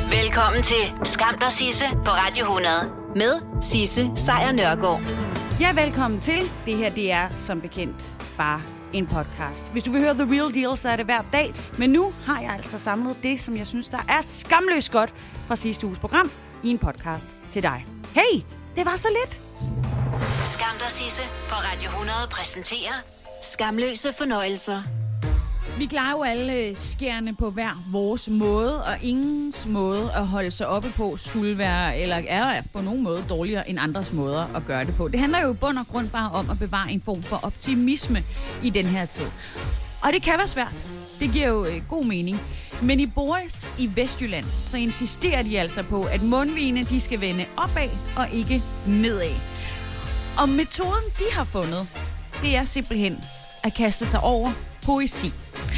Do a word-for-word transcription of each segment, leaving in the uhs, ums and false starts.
Velkommen til Skam dig Sisse på Radio hundrede med Sisse Sejr Nørgaard. Ja, velkommen til. Det her, det er som bekendt bare en podcast. Hvis du vil høre The Real Deal, så er det hver dag. Men nu har jeg altså samlet det, som jeg synes, der er skamløst godt fra sidste uges program i en podcast til dig. Hey, det var så lidt. Skam dig Sisse på Radio hundrede præsenterer Skamløse fornøjelser. Vi klarer jo alle skærene på hver vores måde, og ingens måde at holde sig oppe på skulle være, eller er på nogen måde dårligere end andres måder at gøre det på. Det handler jo i bund og grund bare om at bevare en form for optimisme i den her tid. Og det kan være svært. Det giver jo øh, god mening. Men i Boris i Vestjylland, så insisterer de altså på, at mundvigene de skal vende opad og ikke nedad. Og metoden, de har fundet, det er simpelthen at kaste sig over poesi.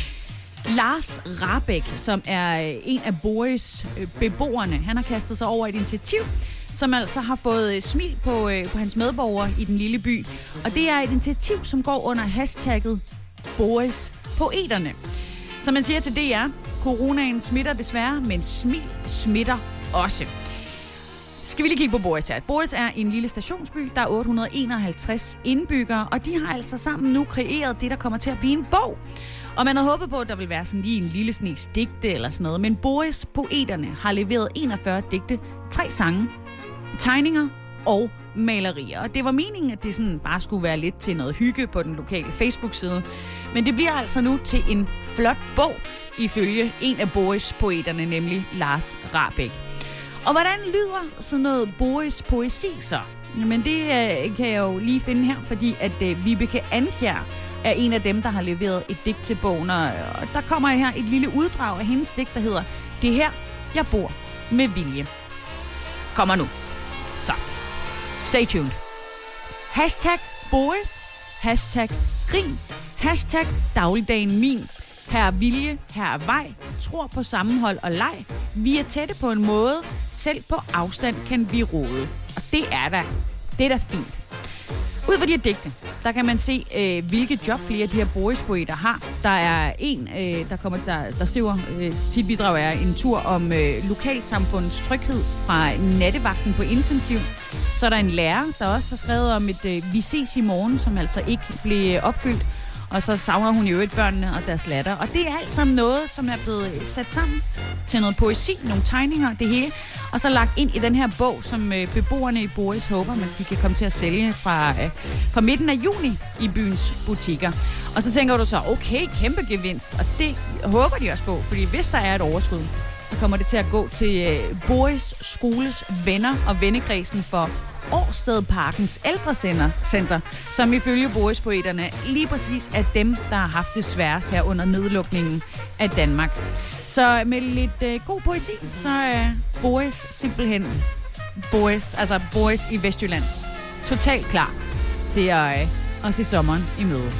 Lars Rahbek, som er en af Boris beboerne, han har kastet sig over et initiativ, som altså har fået smil på, på hans medborgere i den lille by. Og det er et initiativ, som går under hashtagget Boris Poeterne. Som man siger til D R, coronaen smitter desværre, men smil smitter også. Skal vi lige kigge på Boris her. Boris er en lille stationsby, der er otte hundrede enoghalvtreds indbyggere, og de har altså sammen nu kreeret det, der kommer til at blive en bog. Og man havde håbet på, at der ville være sådan lige en lille snes digte eller sådan noget, men Boris Poeterne har leveret enogfyrre digte, tre sange, tegninger og malerier. Og det var meningen, at det sådan bare skulle være lidt til noget hygge på den lokale Facebook-side. Men det bliver altså nu til en flot bog, ifølge en af Boris Poeterne, nemlig Lars Rahbek. Og hvordan lyder sådan noget Boris poesi så? Men det øh, kan jeg jo lige finde her, fordi at øh, Vibeke Andkjær er en af dem, der har leveret et digt til bogen. Og, og der kommer her et lille uddrag af hendes digt, der hedder Det er her, jeg bor med vilje. Kommer nu. Så. Stay tuned. Hashtag Boris. Hashtag grin. Hashtag dagligdagen min. Her er vilje, her er vej. Tror på sammenhold og leg. Vi er tætte på en måde. Selv på afstand kan vi rode. Og det er da, det er da fint. Ud fra de her digte, der kan man se, øh, hvilke job flere af de her Boris-poeter har. Der er en, øh, der, kommer, der, der skriver, øh, sit bidrag er en tur om øh, lokalsamfundets tryghed fra nattevagten på intensiv. Så er der en lærer, der også har skrevet om et øh, vi ses i morgen, som altså ikke blev opfyldt. Og så savner hun i øvrigt børnene og deres latter. Og det er alt sammen noget, som er blevet sat sammen til noget poesi, nogle tegninger, det hele. Og så lagt ind i den her bog, som øh, beboerne i Boris håber, at de kan komme til at sælge fra, øh, fra midten af juni i byens butikker. Og så tænker du så, okay, kæmpe gevinst. Og det håber de også på, fordi hvis der er et overskud, så kommer det til at gå til øh, Boris skoles venner og vennekredsen for Årstedparkens ældrecenter, som ifølge Boris-poeterne lige præcis er dem, der har haft det sværest her under nedlukningen af Danmark. Så med lidt øh, god poesi, så er øh, Boris simpelthen Boris, altså Boris i Vestjylland, totalt klar til at, øh, at se sommeren i møde.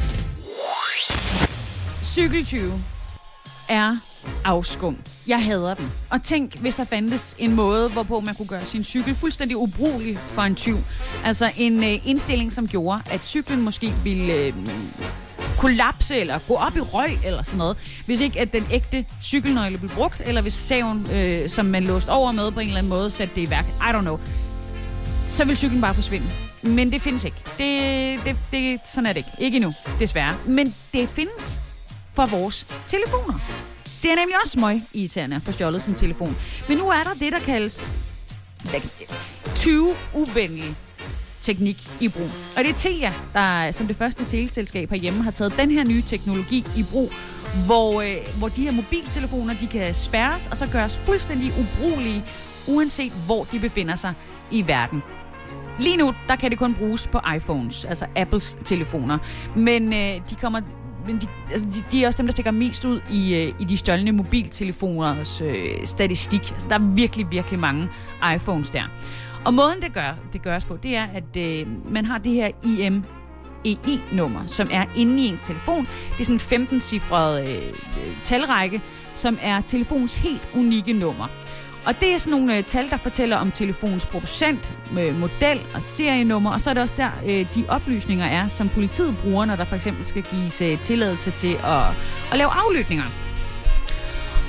Cykeltyve er afskum. Jeg hader dem. Og tænk, hvis der fandtes en måde, hvorpå man kunne gøre sin cykel fuldstændig ubrugelig for en tyv. Altså en øh, indstilling, som gjorde, at cyklen måske ville øh, kollapse eller gå op i røg eller sådan noget, hvis ikke at den ægte cykelnøgle blev brugt, eller hvis saven, øh, som man låste over med på en eller anden måde, satte det i værk. I don't know. Så vil cyklen bare forsvinde. Men det findes ikke. Det, det, det, sådan er det ikke. Ikke endnu, desværre. Men det findes for vores telefoner. Det er nemlig også smøg irriterende at få stjålet sin telefon. Men nu er der det, der kaldes tyve-uvenlig teknik i brug. Og det er Telia, der som det første teleselskab herhjemme har taget den her nye teknologi i brug, hvor, øh, hvor de her mobiltelefoner, de kan spærres og så gøres fuldstændig ubrugelige, uanset hvor de befinder sig i verden. Lige nu, der kan det kun bruges på iPhones, altså Apples telefoner. Men øh, de kommer... Men de, altså de, de er også dem, der stikker mest ud i, øh, i de stjålne mobiltelefoners øh, statistik. Altså, der er virkelig, virkelig mange iPhones der. Og måden, det, gør, det gøres på, det er, at øh, man har det her I M E I-nummer, som er inde i ens telefon. Det er sådan en femten-cifret øh, talrække, som er telefonens helt unikke nummer. Og det er sådan nogle øh, tal, der fortæller om telefonens producent, øh, model og serienummer, og så er det også der, øh, de oplysninger er, som politiet bruger, når der for eksempel skal gives øh, tilladelse til at, at lave aflytninger.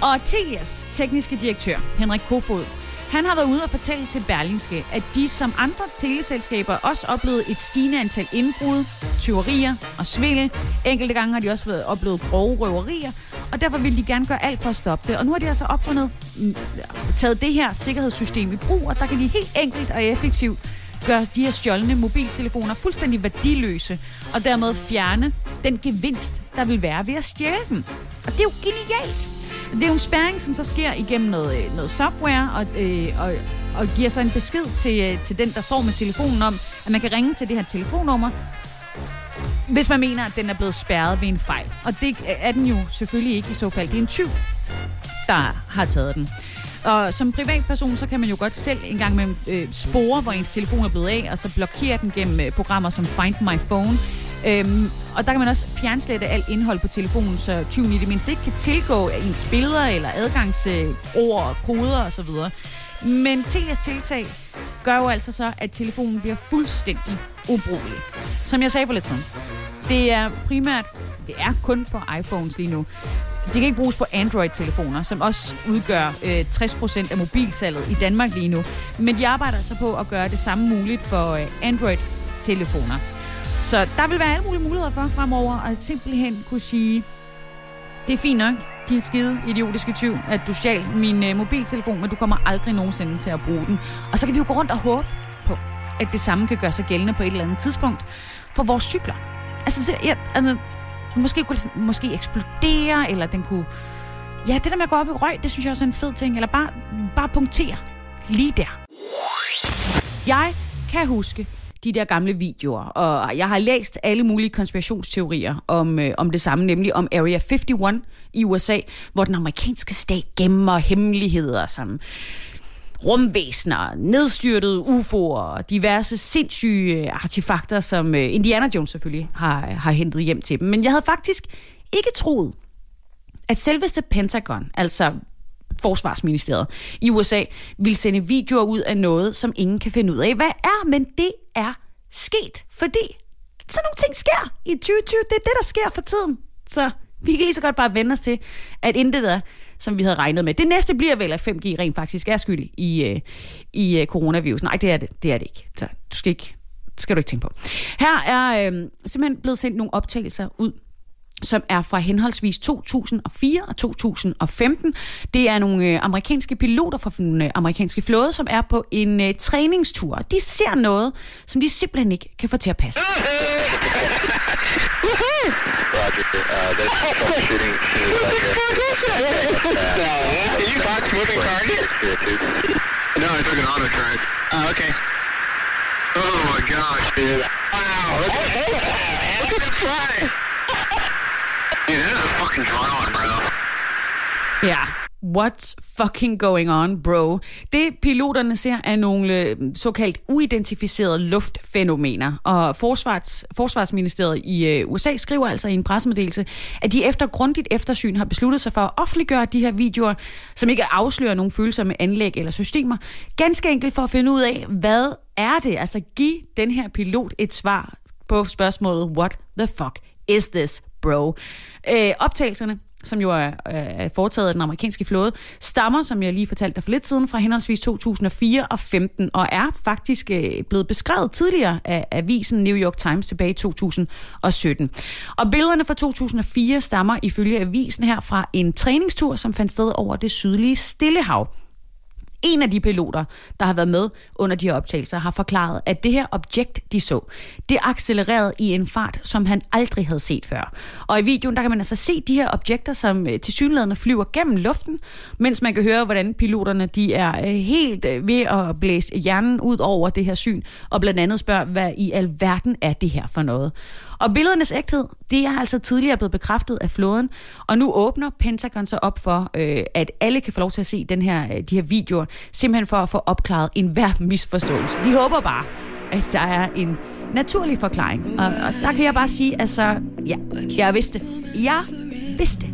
Og Telias tekniske direktør, Henrik Kofod, han har været ude og fortælle til Berlingske, at de som andre teleselskaber også oplevede et stigende antal indbrud, tyverier og svindel. Enkelte gange har de også været oplevet grove røverier, og derfor vil de gerne gøre alt for at stoppe det. Og nu har de altså opfundet, taget det her sikkerhedssystem i brug, og der kan de helt enkelt og effektivt gøre de her stjålne mobiltelefoner fuldstændig værdiløse, og dermed fjerne den gevinst, der vil være ved at stjæle dem. Og det er jo genialt! Det er jo en spærring, som så sker igennem noget, noget software, og, øh, og, og giver så en besked til, til den, der står med telefonen om, at man kan ringe til det her telefonnummer, hvis man mener, at den er blevet spærret ved en fejl. Og det er den jo selvfølgelig ikke i så fald. Det er en tyv, der har taget den. Og som privatperson, så kan man jo godt selv en gang med øh, spore, hvor ens telefon er blevet af, og så blokere den gennem øh, programmer som Find My Phone. Øhm, og der kan man også fjernslette alt indhold på telefonen, så tyven i det mindste ikke kan tilgå ens billeder eller adgangsord, øh, koder osv. Men Telias tiltag gør jo altså så, at telefonen bliver fuldstændig ubrugelig. Som jeg sagde for lidt siden. Det er primært, det er kun på iPhones lige nu. Det kan ikke bruges på Android-telefoner, som også udgør øh, tres procent af mobilsalget i Danmark lige nu. Men de arbejder altså på at gøre det samme muligt for øh, Android-telefoner. Så der vil være alle mulige muligheder for fremover at simpelthen kunne sige, det er fint nok, din skide idiotiske tyv, at du stjal min øh, mobiltelefon, men du kommer aldrig nogensinde til at bruge den. Og så kan vi jo gå rundt og håbe på, at det samme kan gøre sig gældende på et eller andet tidspunkt for vores cykler. Altså, så, ja, altså måske kunne det måske eksplodere, eller den kunne... Ja, det der med at gå op i røg, det synes jeg også er en fed ting. Eller bare, bare punktere lige der. Jeg kan huske de der gamle videoer, og jeg har læst alle mulige konspirationsteorier om, øh, om det samme, nemlig om Area enoghalvfems i U S A, hvor den amerikanske stat gemmer hemmeligheder som rumvæsener, nedstyrtede U F O'er og diverse sindssyge artefakter, som øh, Indiana Jones selvfølgelig har, har hentet hjem til dem. Men jeg havde faktisk ikke troet, at selveste Pentagon, altså Forsvarsministeriet i U S A, ville sende videoer ud af noget, som ingen kan finde ud af, hvad er, men det er sket, fordi sådan nogle ting sker i tyve tyve. Det er det, der sker for tiden. Så vi kan lige så godt bare vende os til, at intet er, som vi havde regnet med. Det næste bliver vel, at fem G rent faktisk er skyld i, øh, i øh, coronavirus. Nej, det er det. Det er det ikke. Så du skal ikke, skal du ikke tænke på. Her er øh, simpelthen blevet sendt nogle optagelser ud, som er fra henholdsvis to tusind og fire og to tusind og femten. Det er nogle øh, amerikanske piloter fra den øh, amerikanske flåde, som er på en øh, træningstur. De ser noget, som de simpelthen ikke kan få til at passe. Roger, uh, that's shooting. Did you box moving target? No, I took an auto track. Oh, okay. Oh my gosh, dude. Wow, look at the fly. Dude, that is a fucking drone, bro. Ja, what's fucking going on, bro? Det piloterne ser er nogle såkaldt uidentificerede luftfænomener, og Forsvars, Forsvarsministeriet i U S A skriver altså i en pressemeddelelse, at de efter grundigt eftersyn har besluttet sig for at offentliggøre de her videoer, som ikke afslører nogen følsomme anlæg eller systemer, ganske enkelt for at finde ud af, hvad er det? Altså giv den her pilot et svar på spørgsmålet, what the fuck is this, bro? Øh, optagelserne, som jo er, er foretaget af den amerikanske flåde, stammer, som jeg lige fortalte dig for lidt siden, fra henholdsvis to tusind og fire og femten, og er faktisk øh, blevet beskrevet tidligere af avisen New York Times tilbage i to tusind og sytten. Og billederne fra to tusind og fire stammer ifølge avisen her fra en træningstur, som fandt sted over det sydlige Stillehav. En af de piloter, der har været med under de her optagelser, har forklaret, at det her objekt, de så, det accelererede i en fart, som han aldrig havde set før. Og i videoen, der kan man altså se de her objekter, som tilsyneladende flyver gennem luften, mens man kan høre, hvordan piloterne, de er helt ved at blæse hjernen ud over det her syn, og blandt andet spørger, hvad i alverden er det her for noget. Og billedernes ægthed, det er altså tidligere blevet bekræftet af flåden, og nu åbner Pentagon så op for, øh, at alle kan få lov til at se den her, de her videoer, simpelthen for at få opklaret enhver misforståelse. De håber bare, at der er en naturlig forklaring. Og, og der kan jeg bare sige, altså, ja, jeg vidste. Jeg vidste.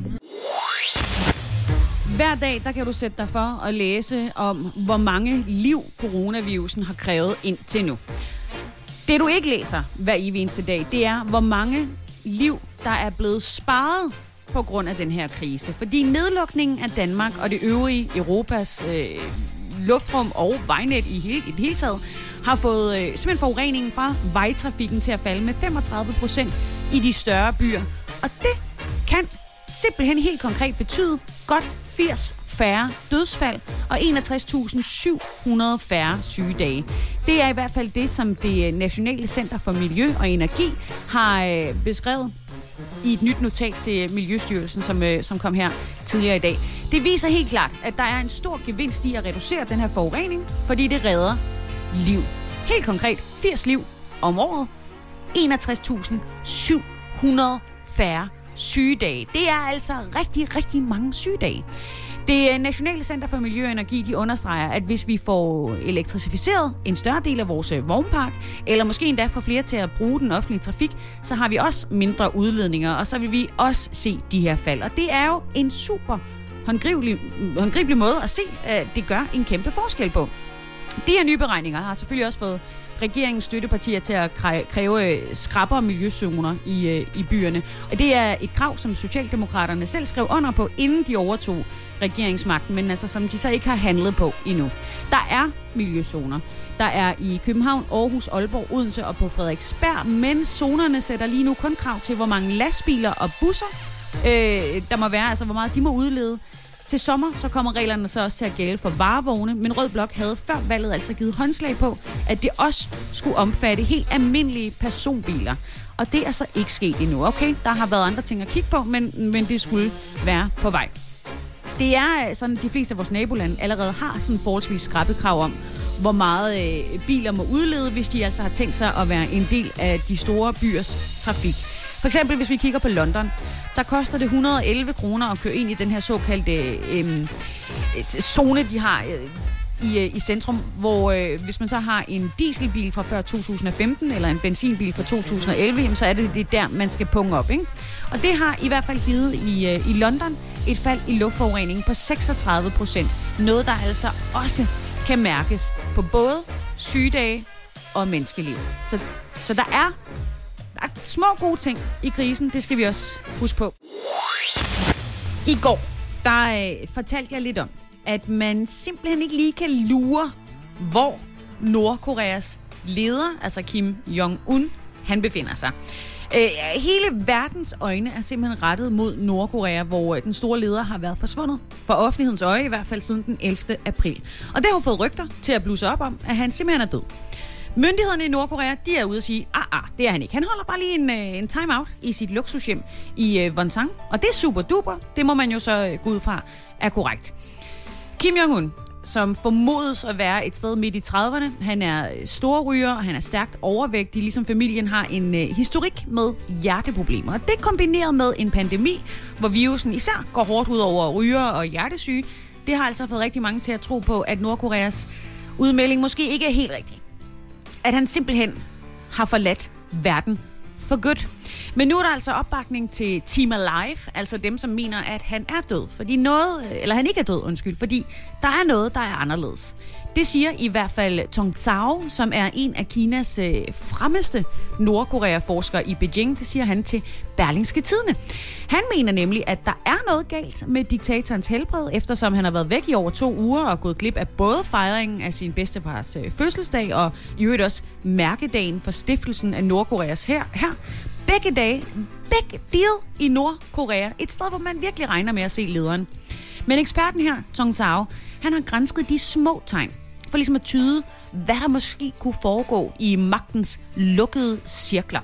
Hver dag, der kan du sætte dig for at læse om, hvor mange liv coronavirusen har krævet indtil nu. Det du ikke læser hver evig eneste dag, det er, hvor mange liv, der er blevet sparet på grund af den her krise. Fordi nedlukningen af Danmark og det øvrige Europas øh, luftrum og vejnet i, hele, i det hele taget har fået øh, simpelthen forureningen fra vejtrafikken til at falde med femogtredive procent i de større byer. Og det kan simpelthen helt konkret betyde godt firs færre dødsfald og enogtres tusind syv hundrede færre sygedage. Det er i hvert fald det, som det Nationale Center for Miljø og Energi har øh, beskrevet i et nyt notat til Miljøstyrelsen, som, øh, som kom her tidligere i dag. Det viser helt klart, at der er en stor gevinst i at reducere den her forurening, fordi det redder liv. Helt konkret firs liv om året, enogtres tusind syv hundrede færre sygedage. Det er altså rigtig, rigtig mange sygedage. Det Nationale Center for Miljø og Energi, de understreger, at hvis vi får elektrificeret en større del af vores vognpark, eller måske endda får flere til at bruge den offentlige trafik, så har vi også mindre udledninger, og så vil vi også se de her fald. Og det er jo en super håndgribelig, håndgribelig måde at se, at det gør en kæmpe forskel på. De her nye beregninger har selvfølgelig også fået regeringens støttepartier til at kræve skrappere miljøzoner i, i byerne. Og det er et krav, som Socialdemokraterne selv skrev under på, inden de overtog regeringsmagten, men altså som de så ikke har handlet på endnu. Der er miljøzoner. Der er i København, Aarhus, Aalborg, Odense og på Frederiksberg, men zonerne sætter lige nu kun krav til, hvor mange lastbiler og busser øh, der må være, altså hvor meget de må udlede. Til sommer så kommer reglerne så også til at gælde for varevogne, men Rød Blok havde før valget altså givet håndslag på, at det også skulle omfatte helt almindelige personbiler. Og det er så ikke sket endnu. Okay, der har været andre ting at kigge på, men, men det skulle være på vej. Det er sådan, at de fleste af vores nabolande allerede har sådan forholdsvis skrappe krav om, hvor meget øh, biler må udlede, hvis de altså har tænkt sig at være en del af de store byers trafik. For eksempel, hvis vi kigger på London, der koster det et hundrede og elleve kroner at køre ind i den her såkaldte øh, zone, de har øh, i, i centrum, hvor øh, hvis man så har en dieselbil fra før to tusind og femten eller en benzinbil fra to tusind og elleve, jamen, så er det, det der, man skal punge op, ikke? Og det har i hvert fald givet i, øh, i London et fald i luftforureningen på seksogtredive procent. Noget, der altså også kan mærkes på både sygedage og menneskeliv. Så, så der er Der er små gode ting i krisen, det skal vi også huske på. I går, der øh, fortalte jeg lidt om, at man simpelthen ikke lige kan lure, hvor Nordkoreas leder, altså Kim Jong-un, han befinder sig. Øh, hele verdens øjne er simpelthen rettet mod Nordkorea, hvor den store leder har været forsvundet. For offentlighedens øje i hvert fald siden den ellevte april. Og det har fået rygter til at blusse op om, at han simpelthen er død. Myndighederne i Nordkorea, de er ude at sige, ah, ah, det er han ikke. Han holder bare lige en, en time-out i sit luksushjem i uh, Wonsan. Og det er super duper. Det må man jo så uh, gå ud fra er korrekt. Kim Jong-un, som formodes at være et sted midt i trediverne. Han er storryger, og han er stærkt overvægtig, ligesom familien har en uh, historik med hjerteproblemer. Og det kombineret med en pandemi, hvor virusen især går hårdt ud over ryger og hjertesyge, det har altså fået rigtig mange til at tro på, at Nordkoreas udmelding måske ikke er helt rigtig. At han simpelthen har forladt verden for godt. Men nu er der altså opbakning til Team Alive, altså dem, som mener, at han er død. Fordi noget, eller han ikke er død, undskyld, fordi der er noget, der er anderledes. Det siger i hvert fald Tong Zhao, som er en af Kinas øh, fremmeste Nordkorea-forskere i Beijing. Det siger han til Berlingske Tidende. Han mener nemlig, at der er noget galt med diktatorens helbred, eftersom han har været væk i over to uger og gået glip af både fejringen af sin bedstefars øh, fødselsdag og i øvrigt også mærkedagen for stiftelsen af Nordkoreas hær. her. Begge dage, begge deal i Nordkorea. Et sted, hvor man virkelig regner med at se lederen. Men eksperten her, Tong Zhao, han har gransket de små tegn, for ligesom at tyde, hvad der måske kunne foregå i magtens lukkede cirkler.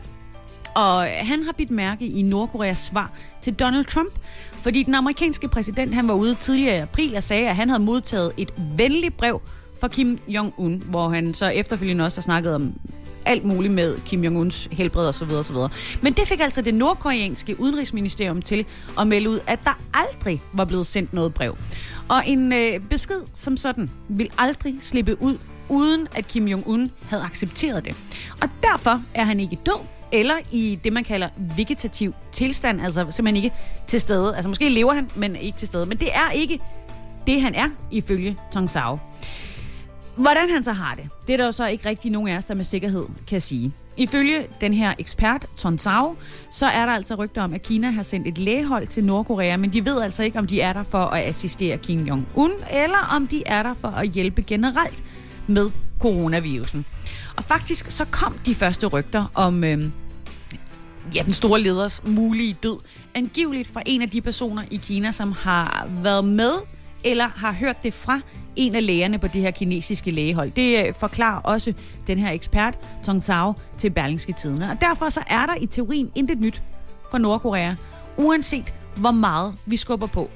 Og han har bidt mærke i Nordkoreas svar til Donald Trump, fordi den amerikanske præsident, han var ude tidligere i april og sagde, at han havde modtaget et venligt brev fra Kim Jong-un, hvor han så efterfølgende også har snakket om alt muligt med Kim Jong-uns helbred osv. osv. Men det fik altså det nordkoreanske udenrigsministerium til at melde ud, at der aldrig var blevet sendt noget brev. Og en øh, besked som sådan vil aldrig slippe ud, uden at Kim Jong-un havde accepteret det. Og derfor er han ikke død, eller i det, man kalder vegetativ tilstand, altså simpelthen ikke til stede. Altså måske lever han, men ikke til stede. Men det er ikke det, han er, ifølge Tong Zhao. Hvordan han så har det, det er der jo så ikke rigtig nogen af os, der med sikkerhed kan sige. Ifølge den her ekspert, Ton Zhao, så er der altså rygter om, at Kina har sendt et lægehold til Nordkorea, men de ved altså ikke, om de er der for at assistere Kim Jong-un, eller om de er der for at hjælpe generelt med coronavirusen. Og faktisk så kom de første rygter om øh, ja, den store leders mulige død, angiveligt fra en af de personer i Kina, som har været med eller har hørt det fra en af lægerne på det her kinesiske lægehold. Det forklarer også den her ekspert, Ton Zhao, til Berlingske Tidende. Og derfor så er der i teorien intet nyt fra Nordkorea, uanset hvor meget vi skubber på.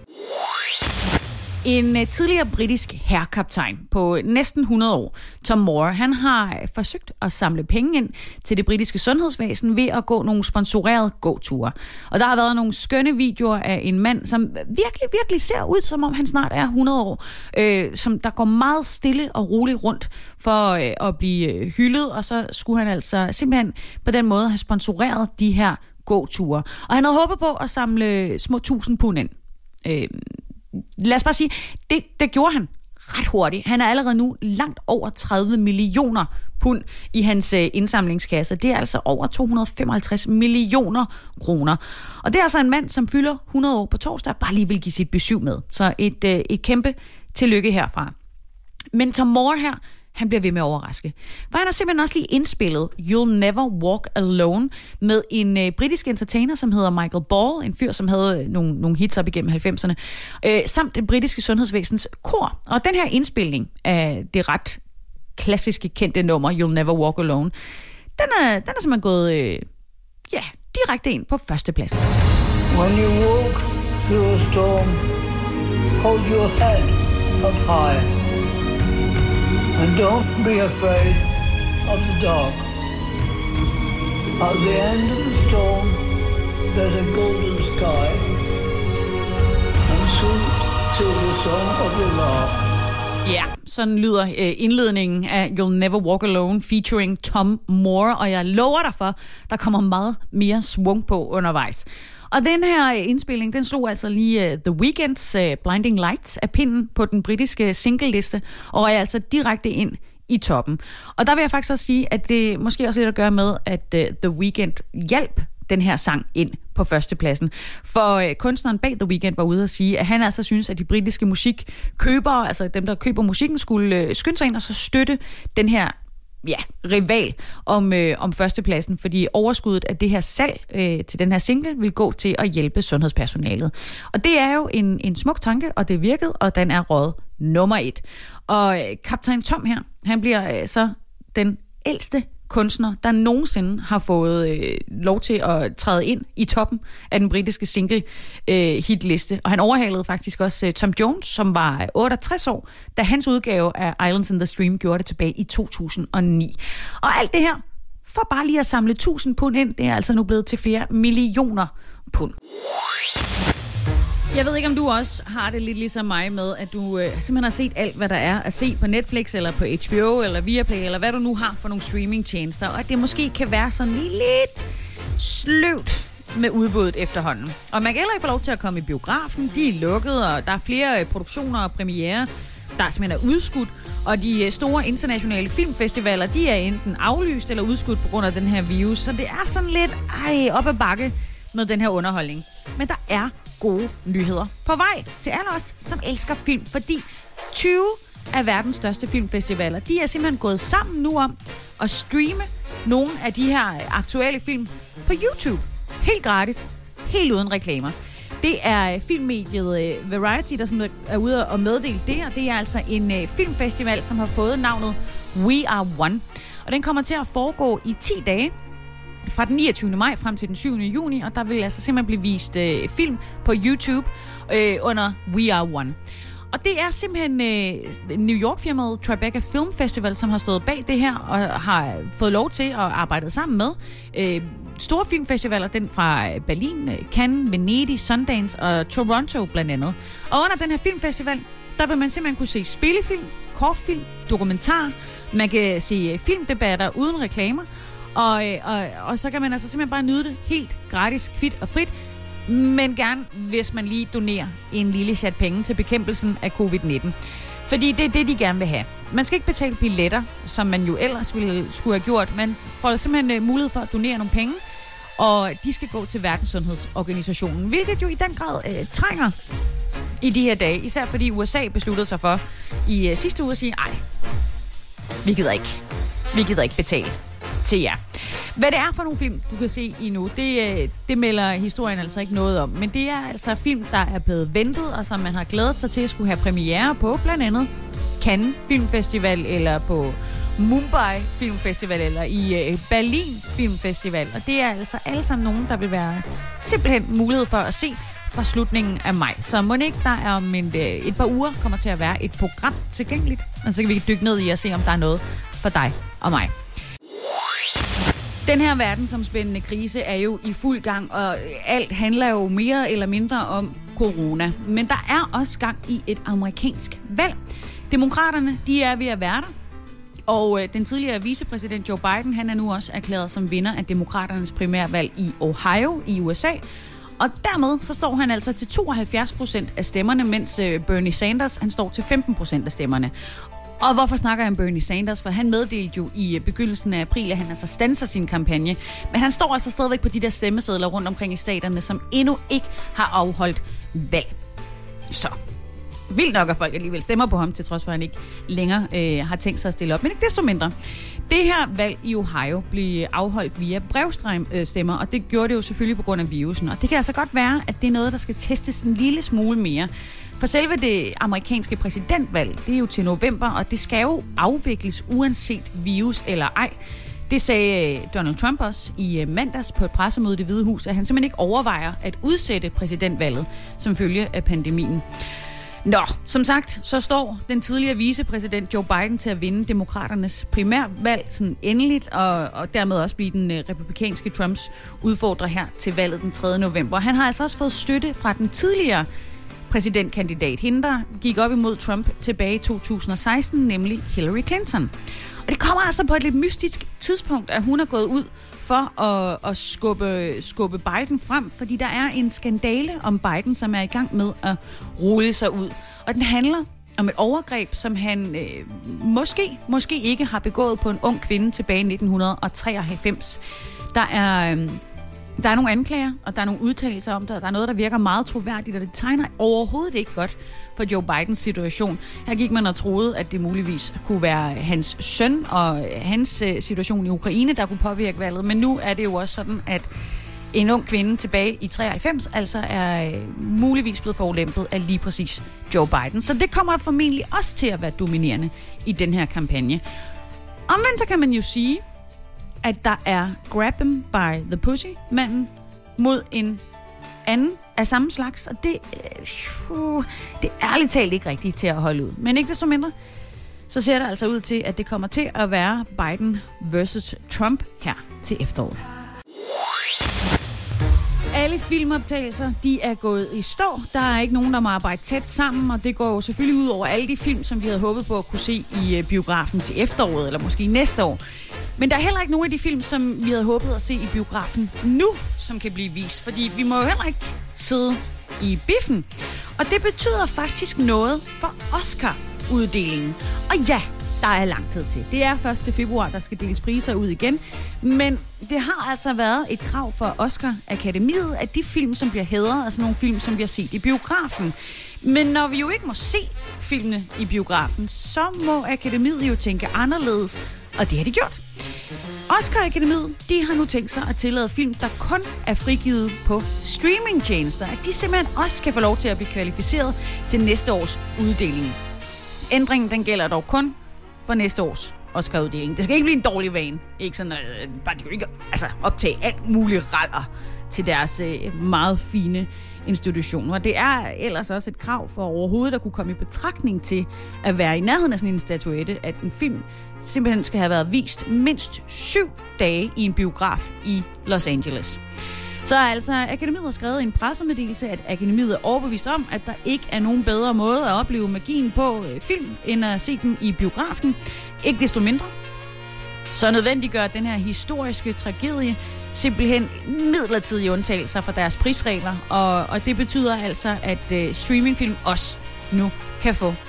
En tidligere britisk hærkaptajn på næsten hundrede år, Tom Moore, han har forsøgt at samle penge ind til det britiske sundhedsvæsen ved at gå nogle sponsorerede gåture. Og der har været nogle skønne videoer af en mand, som virkelig, virkelig ser ud, som om han snart er hundrede år, øh, som der går meget stille og roligt rundt for øh, at blive hyldet, og så skulle han altså simpelthen på den måde have sponsoreret de her gåture. Og han havde håbet på at samle små tusind pund ind. Øh, Lad os bare sige, det, det gjorde han ret hurtigt. Han er allerede nu langt over tredive millioner pund i hans øh, indsamlingskasse. Det er altså over to hundrede og femoghalvtreds millioner kroner. Og det er altså en mand, som fylder hundrede år på torsdag, bare lige vil give sit besøg med. Så et, øh, et kæmpe tillykke herfra. Men Tom Moore her, han bliver ved med at overraske. For han har simpelthen også lige indspillet You'll Never Walk Alone med en øh, britisk entertainer, som hedder Michael Ball, en fyr, som havde nogle, nogle hits op igennem halvfemserne, øh, samt det britiske sundhedsvæsens kor. Og den her indspilning af det ret klassiske kendte nummer, You'll Never Walk Alone, den er, den er simpelthen gået øh, ja, direkte ind på førstepladsen. When you walk through a storm, hold your head up high. And don't be afraid of the dark. At the end of the storm, there's a golden sky and sweet silver song of the lark. Ja, sådan lyder øh, indledningen af You'll Never Walk Alone featuring Tom Moore, og jeg lover dig for, der kommer meget mere swung på undervejs. Og den her indspilning, den slog altså lige uh, The Weeknd's uh, Blinding Lights af pinden på den britiske singleliste, og er altså direkte ind i toppen. Og der vil jeg faktisk også sige, at det måske også lidt at gøre med, at uh, The Weeknd hjalp den her sang ind på førstepladsen. For uh, kunstneren bag The Weeknd var ude at sige, at han altså synes, at de britiske musikkøbere, altså dem, der køber musikken, skulle uh, skynde sig ind og så støtte den her ja, rival om, øh, om førstepladsen, fordi overskuddet af det her salg øh, til den her single vil gå til at hjælpe sundhedspersonalet. Og det er jo en, en smuk tanke, og det virkede, og den er røget nummer et. Og øh, kaptajn Tom her, han bliver øh, så den ældste kunstner, der nogensinde har fået øh, lov til at træde ind i toppen af den britiske single øh, hitliste. Og han overhalede faktisk også øh, Tom Jones, som var otteogtres år, da hans udgave af Islands in the Stream gjorde det tilbage i to tusind og ni. Og alt det her, for bare lige at samle tusind pund ind, det er altså nu blevet til flere millioner pund. Jeg ved ikke, om du også har det lidt ligesom mig med, at du øh, simpelthen har set alt, hvad der er at se på Netflix, eller på H B O, eller Viaplay, eller hvad du nu har for nogle streamingtjenester, og at det måske kan være sådan lige lidt sløvt med udbuddet efterhånden. Og man kan heller ikke få lov til at komme i biografen, de er lukket, og der er flere øh, produktioner og premiere, der simpelthen er udskudt, og de øh, store internationale filmfestivaler, de er enten aflyst eller udskudt på grund af den her virus, så det er sådan lidt ej, op ad bakke med den her underholdning. Men der er gode nyheder på vej til alle os, som elsker film, fordi tyve af verdens største filmfestivaler, de er simpelthen gået sammen nu om at streame nogle af de her aktuelle film på YouTube. Helt gratis, helt uden reklamer. Det er filmmediet Variety, der som er ude og meddele det, og det er altså en filmfestival, som har fået navnet We Are One. Og den kommer til at foregå i ti dage, fra den niogtyvende maj frem til den syvende juni, og der vil altså simpelthen blive vist øh, film på YouTube øh, under We Are One. Og det er simpelthen øh, New York-firmaet Tribeca Film Festival, som har stået bag det her, og har fået lov til at arbejde sammen med øh, store filmfestivaler, den fra Berlin, Cannes, Venedig, Sundance og Toronto blandt andet. Og under den her filmfestival, der vil man simpelthen kunne se spillefilm, kortfilm, dokumentar, man kan se filmdebatter uden reklamer, Og, og, og så kan man altså simpelthen bare nyde det helt gratis, kvit og frit, men gerne, hvis man lige donerer en lille chat penge til bekæmpelsen af covid nitten. Fordi det er det, de gerne vil have. Man skal ikke betale billetter, som man jo ellers ville skulle have gjort. Man får simpelthen mulighed for at donere nogle penge, og de skal gå til Verdenssundhedsorganisationen, hvilket jo i den grad øh, trænger i de her dage. Især fordi U S A besluttede sig for i øh, sidste uge at sige, ej, vi gider ikke. Vi gider ikke betale til jer. Hvad det er for nogle film, du kan se i nu, det, det melder historien altså ikke noget om. Men det er altså film, der er blevet ventet, og som man har glædet sig til at skulle have premiere på, blandt andet Cannes Filmfestival, eller på Mumbai Filmfestival, eller i Berlin Filmfestival. Og det er altså alle sammen nogen, der vil være simpelthen mulighed for at se fra slutningen af maj. Så må ikke der er om et, et par uger kommer til at være et program tilgængeligt, og så kan vi dykke ned i og se, om der er noget for dig og mig. Den her verdensomspændende krise er jo i fuld gang, og alt handler jo mere eller mindre om corona. Men der er også gang i et amerikansk valg. Demokraterne, de er ved at være der, og den tidligere vicepræsident Joe Biden, han er nu også erklæret som vinder af demokraternes primærvalg i Ohio i U S A. Og dermed så står han altså til tooghalvfjerds procent af stemmerne, mens Bernie Sanders, han står til femten procent af stemmerne. Og hvorfor snakker jeg om Bernie Sanders? For han meddelte jo i begyndelsen af april, at han altså standser sin kampagne. Men han står altså stadigvæk på de der stemmesedler rundt omkring i staterne, som endnu ikke har afholdt valg. Så vildt nok, at folk alligevel stemmer på ham, til trods for, at han ikke længere øh, har tænkt sig at stille op. Men ikke desto mindre. Det her valg i Ohio blev afholdt via brevstemmer, og det gjorde det jo selvfølgelig på grund af virusen. Og det kan altså godt være, at det er noget, der skal testes en lille smule mere. For selve det amerikanske præsidentvalg, det er jo til november, og det skal jo afvikles uanset virus eller ej. Det sagde Donald Trump også i mandags på et pressemøde i Det Hvide Hus, at han simpelthen ikke overvejer at udsætte præsidentvalget som følge af pandemien. Nå, som sagt, så står den tidligere vicepræsident Joe Biden til at vinde demokraternes primærvalg sådan endeligt, og, og dermed også blive den uh, republikanske Trumps udfordrer her til valget den tredje november. Han har altså også fået støtte fra den tidligere præsidentkandidat, hende der gik op imod Trump tilbage i to tusind og seksten, nemlig Hillary Clinton. Og det kommer altså på et lidt mystisk tidspunkt, at hun er gået ud for at, at skubbe, skubbe Biden frem, fordi der er en skandale om Biden, som er i gang med at rulle sig ud. Og den handler om et overgreb, som han øh, måske, måske ikke har begået på en ung kvinde tilbage i nitten treoghalvfems. Der er... Øh, Der er nogle anklager, og der er nogle udtalelser om det, og der er noget, der virker meget troværdigt, og det tegner overhovedet ikke godt for Joe Bidens situation. Her gik man og troede, at det muligvis kunne være hans søn og hans situation i Ukraine, der kunne påvirke valget, men nu er det jo også sådan, at en ung kvinde tilbage i treoghalvfems altså er muligvis blevet forulempet af lige præcis Joe Biden. Så det kommer formentlig også til at være dominerende i den her kampagne. Omvendt så kan man jo sige, at der er grab him by the pussy-manden mod en anden af samme slags, og det, uh, det er ærligt talt ikke rigtigt til at holde ud. Men ikke desto mindre, så ser det altså ud til, at det kommer til at være Biden versus Trump her til efteråret. Alle filmoptagelser, de er gået i stå. Der er ikke nogen, der må arbejde tæt sammen, og det går jo selvfølgelig ud over alle de film, som vi havde håbet på at kunne se i biografen til efteråret, eller måske næste år. Men der er heller ikke nogen af de film, som vi havde håbet at se i biografen nu, som kan blive vist, fordi vi må jo heller ikke sidde i biffen. Og det betyder faktisk noget for Oscar-uddelingen. Og ja, der er lang tid til. Det er første februar, der skal deles priser ud igen. Men det har altså været et krav for Oscar-akademiet, at de film, som bliver hædret, altså nogle film, som vi har set i biografen. Men når vi jo ikke må se filmene i biografen, så må akademiet jo tænke anderledes. Og det har de gjort. Oscar-akademiet, de har nu tænkt sig at tillade film, der kun er frigivet på streamingtjenester. At de simpelthen også skal få lov til at blive kvalificeret til næste års uddeling. Ændringen, den gælder dog kun for næste års Oscar-uddeling. Det skal ikke blive en dårlig vane. Ikke sådan, øh, bare de kan ikke altså, optage alt muligt raller til deres øh, meget fine institutioner. Og det er ellers også et krav for overhovedet at kunne komme i betragtning til at være i nærheden af sådan en statuette, at en film simpelthen skal have været vist mindst syv dage i en biograf i Los Angeles. Så altså, akademiet har skrevet en pressemeddelelse, at akademiet er overbevist om, at der ikke er nogen bedre måde at opleve magien på øh, film, end at se dem i biografen. Ikke desto mindre. Så nødvendiggør den her historiske tragedie simpelthen midlertidige undtagelser fra deres prisregler, og, og det betyder altså, at øh, streamingfilm også nu kan få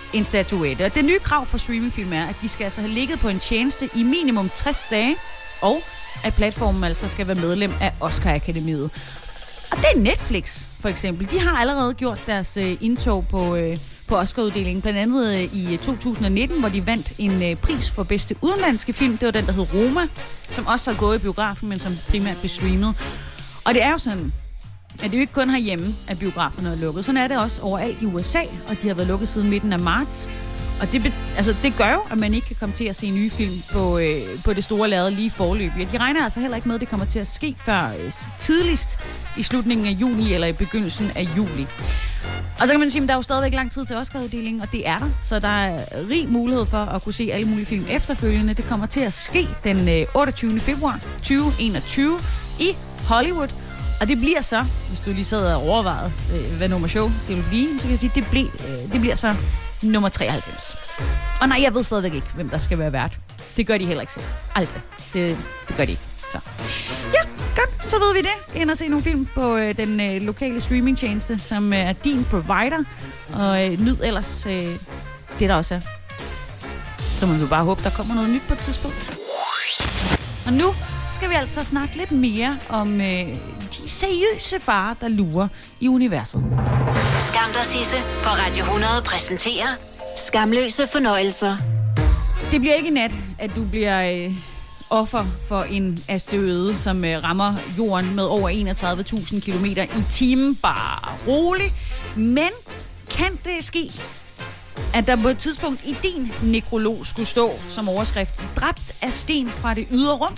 en statuette. Og det nye krav for streamingfilm er, at de skal altså have ligget på en tjeneste i minimum tres dage, og at platformen altså skal være medlem af Oscar-akademiet. Og det er Netflix, for eksempel. De har allerede gjort deres øh, indtog på, øh, på Oscar-uddelingen, blandt andet øh, i to tusind nitten, hvor de vandt en øh, pris for bedste udenlandske film. Det var den, der hed Roma, som også har gået i biografen, men som primært blev streamet. Og det er jo sådan, at det jo ikke kun herhjemme, at biograferne er lukket. Sådan er det også overalt i U S A, og de har været lukket siden midten af marts. Og det, altså, det gør jo, at man ikke kan komme til at se nye film på, øh, på det store lade lige forløbig. De regner altså heller ikke med, at det kommer til at ske før øh, tidligst i slutningen af juni eller i begyndelsen af juli. Og så kan man sige, at der er jo stadigvæk lang tid til Oscar-uddelingen, og det er der. Så der er rig mulighed for at kunne se alle mulige film efterfølgende. Det kommer til at ske den øh, otteogtyvende februar tyve enogtyve i Hollywood. Og det bliver så, hvis du lige sad og overvejede, øh, hvad nummer show det vil blive, så kan jeg sige, det, ble, øh, det bliver så nummer treoghalvfems. Og nej, jeg ved stadigvæk ikke, hvem der skal være vært. Det gør de heller ikke selv. Aldrig. Det, det gør de ikke. Så. Ja, godt. Så ved vi det. Ind og se nogle film på øh, den øh, lokale streamingtjeneste, som øh, er din provider. Og øh, nyd ellers øh, det, der også er. Så må vi bare håbe, der kommer noget nyt på et tidspunkt. Og nu skal vi altså snakke lidt mere om øh, de seriøse farer, der lurer i universet. Skam dig, Sisse på Radio hundrede præsenterer Skamløse fornøjelser. Det bliver ikke i nat, at du bliver øh, offer for en asteroide, som øh, rammer jorden med over enogtredive tusind kilometer i timen. Bare rolig. Men kan det ske, at der på et tidspunkt i din nekrolog skulle stå som overskrift: dræbt af sten fra det ydre rum?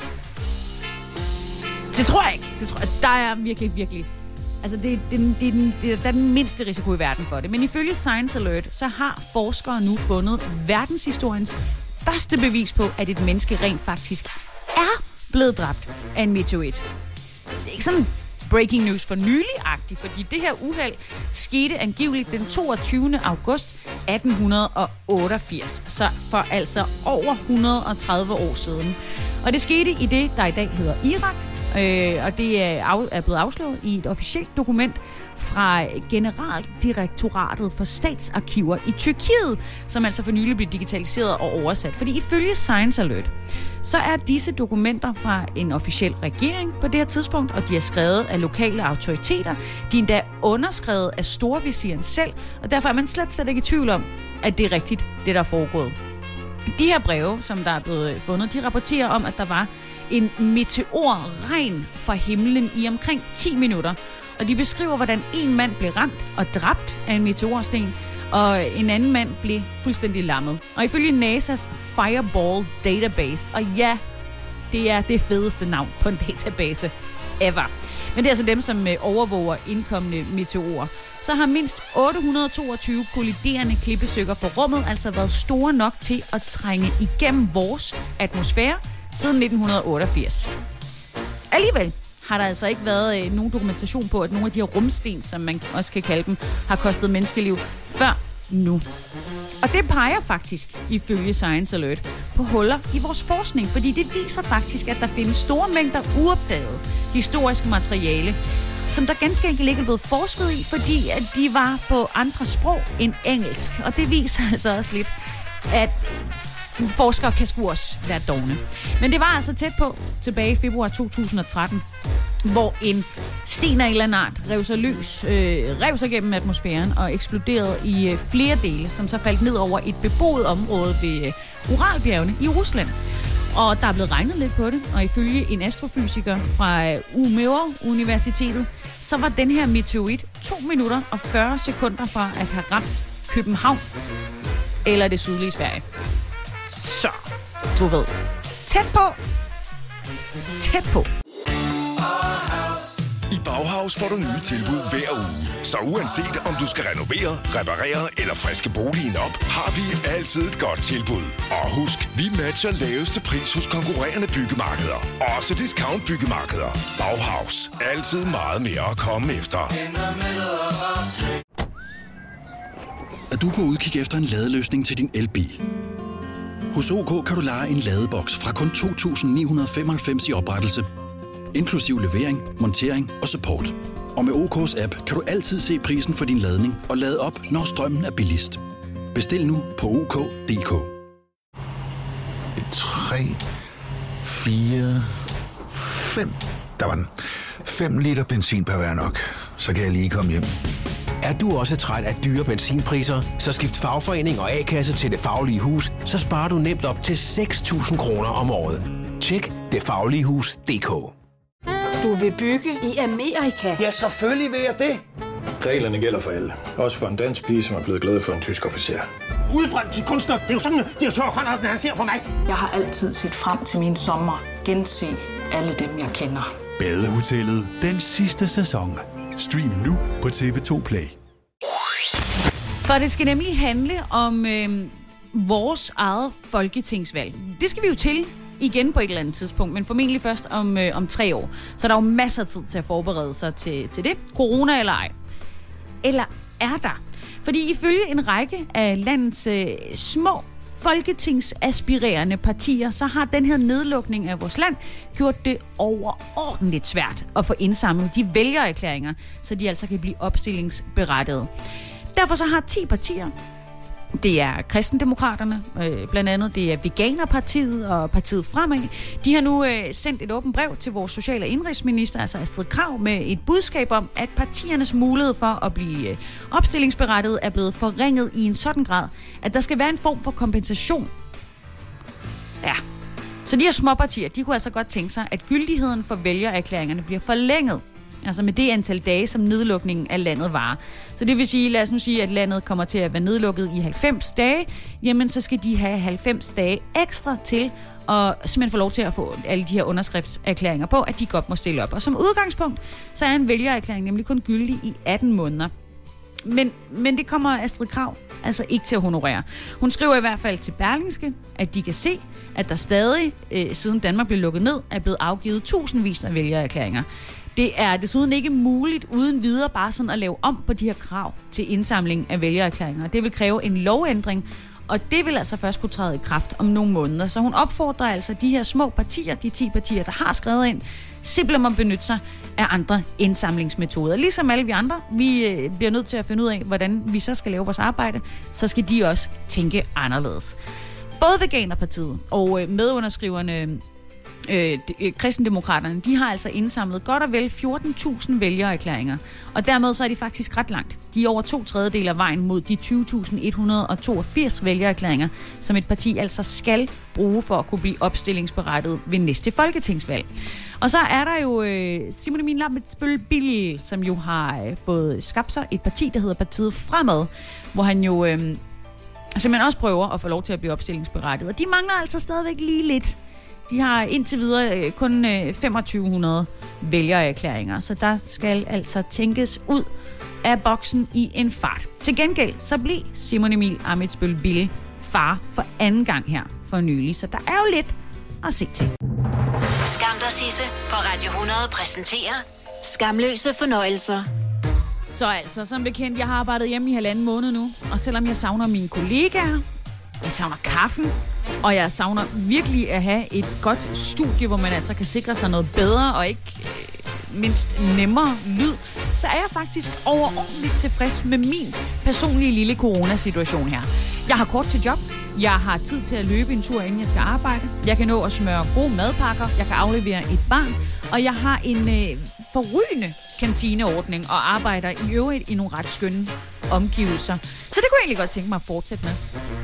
Det tror jeg ikke. Det tror jeg. Der er virkelig, virkelig... Altså, det, det, det, det, det, der er den mindste risiko i verden for det. Men ifølge Science Alert, så har forskere nu fundet verdenshistoriens første bevis på, at et menneske rent faktisk er blevet dræbt af en meteorit. Det er ikke sådan breaking news for nylig-agtigt, fordi det her uheld skete angiveligt den toogtyvende august atten otteogfirs. Så for altså over et hundrede og tredive år siden. Og det skete i det, der i dag hedder Irak. Øh, og det er, af, er blevet afsløret i et officielt dokument fra Generaldirektoratet for Statsarkiver i Tyrkiet, som altså for nylig blev digitaliseret og oversat. Fordi ifølge Science Alert, så er disse dokumenter fra en officiel regering på det her tidspunkt, og de er skrevet af lokale autoriteter. De er endda underskrevet af storvisiren selv, og derfor er man slet, slet ikke i tvivl om, at det er rigtigt, det der er foregået. De her breve, som der er blevet fundet, de rapporterer om, at der var en meteorregn fra himlen i omkring ti minutter. Og de beskriver, hvordan en mand blev ramt og dræbt af en meteorsten, og en anden mand blev fuldstændig lammet. Og ifølge NASA's Fireball Database, og ja, det er det fedeste navn på en database ever. Men det er altså dem, som overvåger indkommende meteorer. Så har mindst otte hundrede og toogtyve kolliderende klippestykker fra rummet altså været store nok til at trænge igennem vores atmosfære siden nitten otteogfirs. Alligevel har der altså ikke været øh, nogen dokumentation på, at nogle af de her rumsten, som man også kan kalde dem, har kostet menneskeliv før nu. Og det peger faktisk, ifølge Science Alert, på huller i vores forskning, fordi det viser faktisk, at der findes store mængder uopdaget historisk materiale, som der ganske enkelt ikke er blevet forsket i, fordi at de var på andre sprog end engelsk. Og det viser altså også lidt, at forskere kan sgu også være dovne. Men det var altså tæt på tilbage i februar to tusind og tretten, hvor en sten af en eller anden art rev sig løs, øh, rev sig gennem atmosfæren og eksploderede i øh, flere dele, som så faldt ned over et beboet område ved øh, Uralbjergene i Rusland. Og der er blevet regnet lidt på det, og ifølge en astrofysiker fra øh, Umeå-universitetet, så var den her meteorit to minutter og fyrre sekunder fra at have ramt København eller det sydlige Sverige. Så, du ved. Tæt på. Tæt på. I Bauhaus får du nye tilbud hver uge. Så uanset om du skal renovere, reparere eller friske boligen op, har vi altid et godt tilbud. Og husk, vi matcher laveste pris hos konkurrerende byggemarkeder. Også discount byggemarkeder. Bauhaus. Altid meget mere at komme efter. Er du på udkig efter en ladeløsning til din elbil? Hos OK kan du leje en ladeboks fra kun to tusind ni hundrede femoghalvfems i oprettelse, inklusiv levering, montering og support. Og med O K's app kan du altid se prisen for din ladning og lade op, når strømmen er billigst. Bestil nu på O K punktum D K. tre, fire, fem. Der var den. fem liter benzin per hver nok. Så kan jeg lige komme hjem. Er du også træt af dyre benzinpriser, så skift fagforening og A-kasse til Det Faglige Hus, så sparer du nemt op til seks tusind kroner om året. Tjek det faglige hus punktum d k. Du vil bygge i Amerika? Ja, selvfølgelig vil jeg det. Reglerne gælder for alle. Også for en dansk pige, som er blevet glad for en tysk officer. Udbrændt til kunstner. Det er jo sådan, at direktør Conradsen, han ser på mig. Jeg har altid set frem til min sommer. Gense alle dem, jeg kender. Badehotellet den sidste sæson. Stream nu på T V to Play. For det skal nemlig handle om øh, vores eget folketingsvalg. Det skal vi jo til igen på et eller andet tidspunkt, men formentlig først om, øh, om tre år. Så der er jo masser af tid til at forberede sig til, til det. Corona eller ej. Eller er der? Fordi ifølge en række af landets øh, små folketingsaspirerende partier, så har den her nedlukning af vores land gjort det overordentligt svært at få indsamlet de vælgererklæringer, så de altså kan blive opstillingsberettigede. Derfor så har ti partier, det er Kristendemokraterne, øh, blandt andet, det er Veganerpartiet og Partiet Fremad. De har nu øh, sendt et åbent brev til vores social- og indrigsminister, altså Astrid Krag, med et budskab om, at partiernes mulighed for at blive øh, opstillingsberettiget er blevet forringet i en sådan grad, at der skal være en form for kompensation. Ja. Så de her småpartier, de kunne altså godt tænke sig, at gyldigheden for vælgererklæringerne bliver forlænget. Altså med det antal dage, som nedlukningen af landet varer. Så det vil sige, lad os nu sige, at landet kommer til at være nedlukket i halvfems dage. Jamen, så skal de have halvfems dage ekstra til at simpelthen få lov til at få alle de her underskriftserklæringer på, at de godt må stille op. Og som udgangspunkt, så er en vælgererklæring nemlig kun gyldig i atten måneder. Men, men det kommer Astrid Krag altså ikke til at honorere. Hun skriver i hvert fald til Berlingske, at de kan se, at der stadig, øh, siden Danmark blev lukket ned, er blevet afgivet tusindvis af vælgererklæringer. Det er desuden ikke muligt uden videre bare sådan at lave om på de her krav til indsamling af vælgererklæringer. Det vil kræve en lovændring, og det vil altså først kunne træde i kraft om nogle måneder. Så hun opfordrer altså de her små partier, de ti partier, der har skrevet ind, simpelthen at benytte sig af andre indsamlingsmetoder. Ligesom alle vi andre, vi øh, bliver nødt til at finde ud af, hvordan vi så skal lave vores arbejde, så skal de også tænke anderledes. Både Veganerpartiet og øh, medunderskriverne Øh, Kristendemokraterne, de har altså indsamlet godt og vel fjorten tusind vælgererklæringer. Og dermed så er de faktisk ret langt. De er over to tredjedele af vejen mod de tyve tusind et hundrede og toogfirs vælgererklæringer, som et parti altså skal bruge for at kunne blive opstillingsberettiget ved næste folketingsvalg. Og så er der jo øh, Simon Emil Ammitzbøll-Bille, som jo har øh, fået skabt sig et parti, der hedder Partiet Fremad, hvor han jo øh, simpelthen også prøver at få lov til at blive opstillingsberettiget. Og de mangler altså stadigvæk lige lidt. De har indtil videre kun femogtyve hundrede vælgererklæringer, så der skal altså tænkes ud af boksen i en fart. Til gengæld så blev Simon Emil Ammitzbøll-Bille far for anden gang her for nylig, så der er jo lidt at se til. Skam dig, Sisse på Radio hundrede præsenterer Skamløse fornøjelser. Så altså, som bekendt, jeg har arbejdet hjemme i halvanden måned nu, og selvom jeg savner mine kollegaer, jeg savner kaffen, og jeg savner virkelig at have et godt studie, hvor man altså kan sikre sig noget bedre og ikke øh, mindst nemmere lyd, så er jeg faktisk overordentligt tilfreds med min personlige lille coronasituation her. Jeg har kort til job, jeg har tid til at løbe en tur, inden jeg skal arbejde, jeg kan nå at smøre gode madpakker, jeg kan aflevere et barn, og jeg har en øh, forrygende kantineordning og arbejder i øvrigt i nogle ret skønne omgivelser. Så det kunne jeg egentlig godt tænke mig at fortsætte med.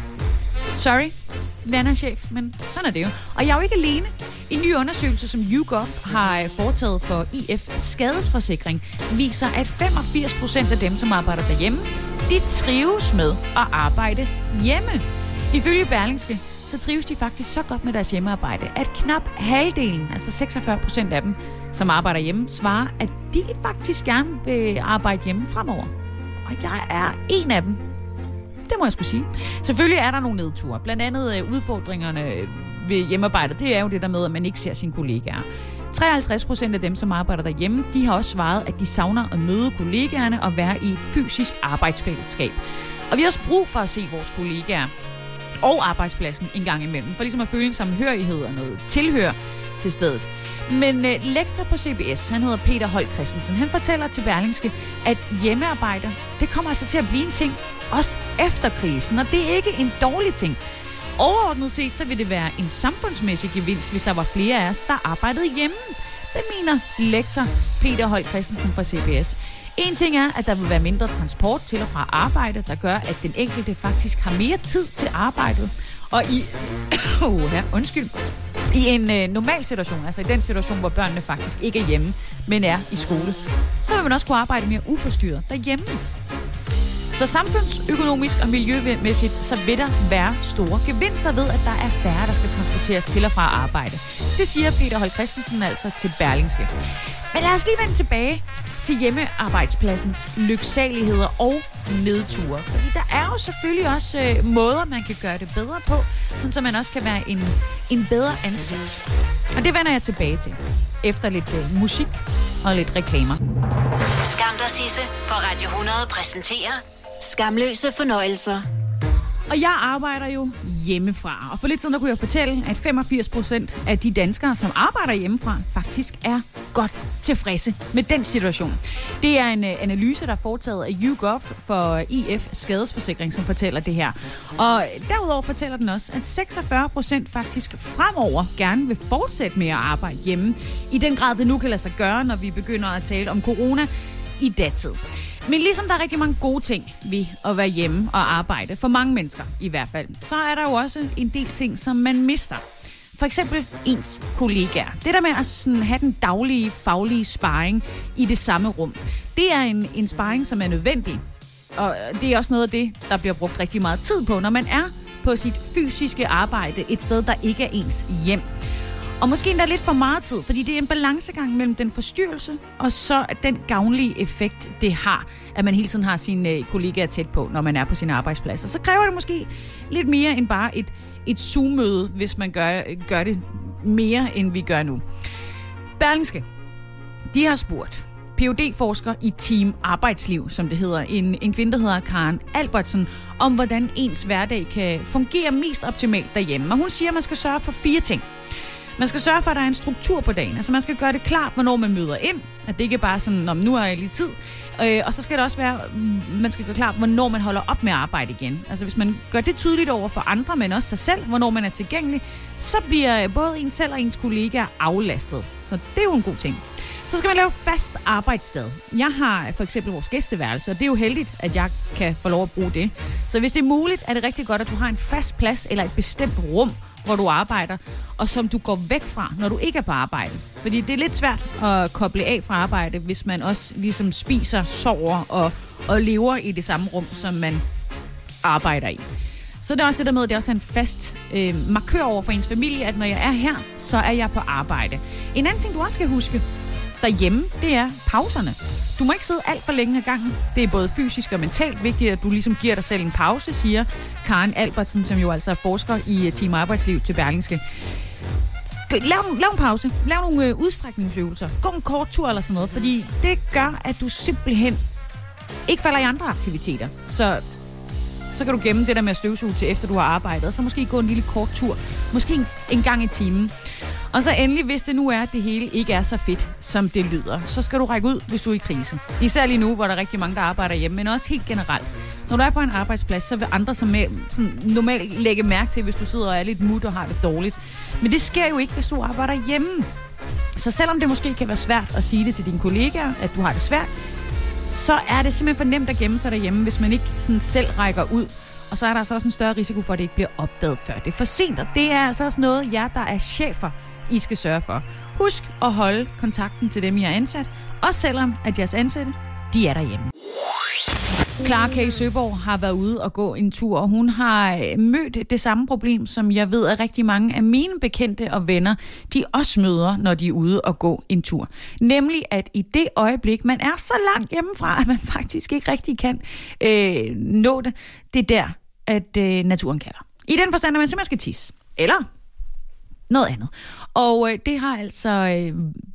Sorry, landchef, men sådan er det jo. Og jeg er jo ikke alene. En ny undersøgelse, som YouGov har foretaget for I F Skadesforsikring, viser, at femogfirs procent af dem, som arbejder derhjemme, de trives med at arbejde hjemme. Ifølge Berlingske, så trives de faktisk så godt med deres hjemmearbejde, at knap halvdelen, altså seksogfyrre procent af dem, som arbejder hjemme, svarer, at de faktisk gerne vil arbejde hjemme fremover. Og jeg er en af dem. Det må jeg skulle sige. Selvfølgelig er der nogle nedture. Blandt andet øh, udfordringerne ved hjemmearbejdet, det er jo det der med, at man ikke ser sine kollegaer. treoghalvtreds procent af dem, som arbejder derhjemme, de har også svaret, at de savner at møde kollegaerne og være i et fysisk arbejdsfællesskab. Og vi har også brug for at se vores kollegaer og arbejdspladsen en gang imellem, for ligesom at føle en samhørighed og noget tilhør til stedet. Men øh, lektor på C B S, han hedder Peter Holt Christensen, han fortæller til Berlingske, at hjemmearbejde, det kommer altså til at blive en ting, også efter krisen, og det er ikke en dårlig ting. Overordnet set, så vil det være en samfundsmæssig gevinst, hvis der var flere af os, der arbejdede hjemme. Det mener lektor Peter Holt Christensen fra C B S. En ting er, at der vil være mindre transport til og fra arbejde, der gør, at den enkelte faktisk har mere tid til arbejdet. Og i, uh, ja, undskyld, i en øh, normal situation, altså i den situation, hvor børnene faktisk ikke er hjemme, men er i skole, så vil man også kunne arbejde mere uforstyrret derhjemme. Så samfundsøkonomisk og miljømæssigt, så vil der være store gevinster ved, at der er færre, der skal transporteres til og fra arbejde. Det siger Peter Holt Christensen altså til Berlingske. Men lad os lige vende tilbage til hjemmearbejdspladsens lyksaligheder og nedture. Fordi der er jo selvfølgelig også øh, måder, man kan gøre det bedre på, sådan så man også kan være en, en bedre ansat. Og det vender jeg tilbage til, efter lidt øh, musik og lidt reklamer. Skam dig, Sisse på Radio hundrede præsenterer Skamløse fornøjelser. Og jeg arbejder jo hjemmefra. Og for lidt siden der kunne jeg fortælle, at femogfirs procent af de danskere, som arbejder hjemmefra, faktisk er godt tilfredse med den situation. Det er en analyse, der er foretaget af YouGov for I F Skadesforsikring, som fortæller det her. Og derudover fortæller den også, at seksogfyrre procent faktisk fremover gerne vil fortsætte med at arbejde hjemme. I den grad det nu kan lade sig gøre, når vi begynder at tale om corona i datid. Men ligesom der er rigtig mange gode ting ved at være hjemme og arbejde, for mange mennesker i hvert fald, så er der jo også en del ting, som man mister. For eksempel ens kollegaer. Det der med at sådan have den daglige, faglige sparring i det samme rum, det er en, en sparring, som er nødvendig. Og det er også noget af det, der bliver brugt rigtig meget tid på, når man er på sit fysiske arbejde et sted, der ikke er ens hjem. Og måske endda lidt for meget tid, fordi det er en balancegang mellem den forstyrrelse og så den gavnlige effekt, det har, at man hele tiden har sine kollegaer tæt på, når man er på sin arbejdsplads. Og så kræver det måske lidt mere end bare et, et Zoom-møde, hvis man gør, gør det mere, end vi gør nu. Berlingske, de har spurgt P H D-forsker i Team Arbejdsliv, som det hedder, en, en kvinde, der hedder Karen Albertsen, om hvordan ens hverdag kan fungere mest optimalt derhjemme. Og hun siger, at man skal sørge for fire ting. Man skal sørge for, at der er en struktur på dagen. Altså man skal gøre det klart, hvornår man møder ind. At det ikke er bare sådan, om nu er jeg lige tid. Øh, og så skal det også være, man skal gøre klart, hvornår man holder op med at arbejde igen. Altså hvis man gør det tydeligt over for andre, men også sig selv, hvornår man er tilgængelig, så bliver både en selv og ens kollegaer aflastet. Så det er jo en god ting. Så skal man lave fast arbejdssted. Jeg har for eksempel vores gæsteværelse, og det er jo heldigt, at jeg kan få lov at bruge det. Så hvis det er muligt, er det rigtig godt, at du har en fast plads eller et bestemt rum, hvor du arbejder, og som du går væk fra, når du ikke er på arbejde. Fordi det er lidt svært at koble af fra arbejde, hvis man også ligesom spiser, sover og, og lever i det samme rum, som man arbejder i. Så det er også det der med, at det også er en fast øh, markør over for ens familie, at når jeg er her, så er jeg på arbejde. En anden ting, du også skal huske derhjemme, det er pauserne. Du må ikke sidde alt for længe ad gangen. Det er både fysisk og mentalt vigtigt, at du ligesom giver dig selv en pause, siger Karen Albertsen, som jo altså er forsker i Team Arbejdsliv til Berlingske. Lav, lav en pause. Lav nogle øh, udstrækningsøvelser. Gå en kort tur eller sådan noget, fordi det gør, at du simpelthen ikke falder i andre aktiviteter. Så, så kan du gemme det der med at støvsuge til efter du har arbejdet, og så måske gå en lille kort tur. Måske en, en gang i timen. Og så endelig, hvis det nu er, at det hele ikke er så fedt, som det lyder, så skal du række ud, hvis du er i krise. Især lige nu, hvor der er rigtig mange, der arbejder hjemme, men også helt generelt. Når du er på en arbejdsplads, så vil andre som med, sådan, normalt lægge mærke til, hvis du sidder og er lidt mut og har det dårligt. Men det sker jo ikke, hvis du arbejder hjemme. Så selvom det måske kan være svært at sige det til dine kollegaer, at du har det svært, så er det simpelthen for nemt at gemme sig derhjemme, hvis man ikke sådan selv rækker ud. Og så er der altså også en større risiko for, at det ikke bliver opdaget før det er for sent. Og det er altså også noget, jer, der er chefer, I skal sørge for. Husk at holde kontakten til dem, I har ansat, også selvom at jeres ansatte, de er derhjemme. Clara K. Søborg har været ude og gå en tur, og hun har mødt det samme problem, som jeg ved, at rigtig mange af mine bekendte og venner, de også møder, når de er ude og gå en tur. Nemlig, at i det øjeblik, man er så langt hjemmefra, at man faktisk ikke rigtig kan øh, nå det, det er der, at øh, naturen kalder. I den forstand, at man simpelthen skal tisse. Eller noget andet. Og øh, det har altså øh,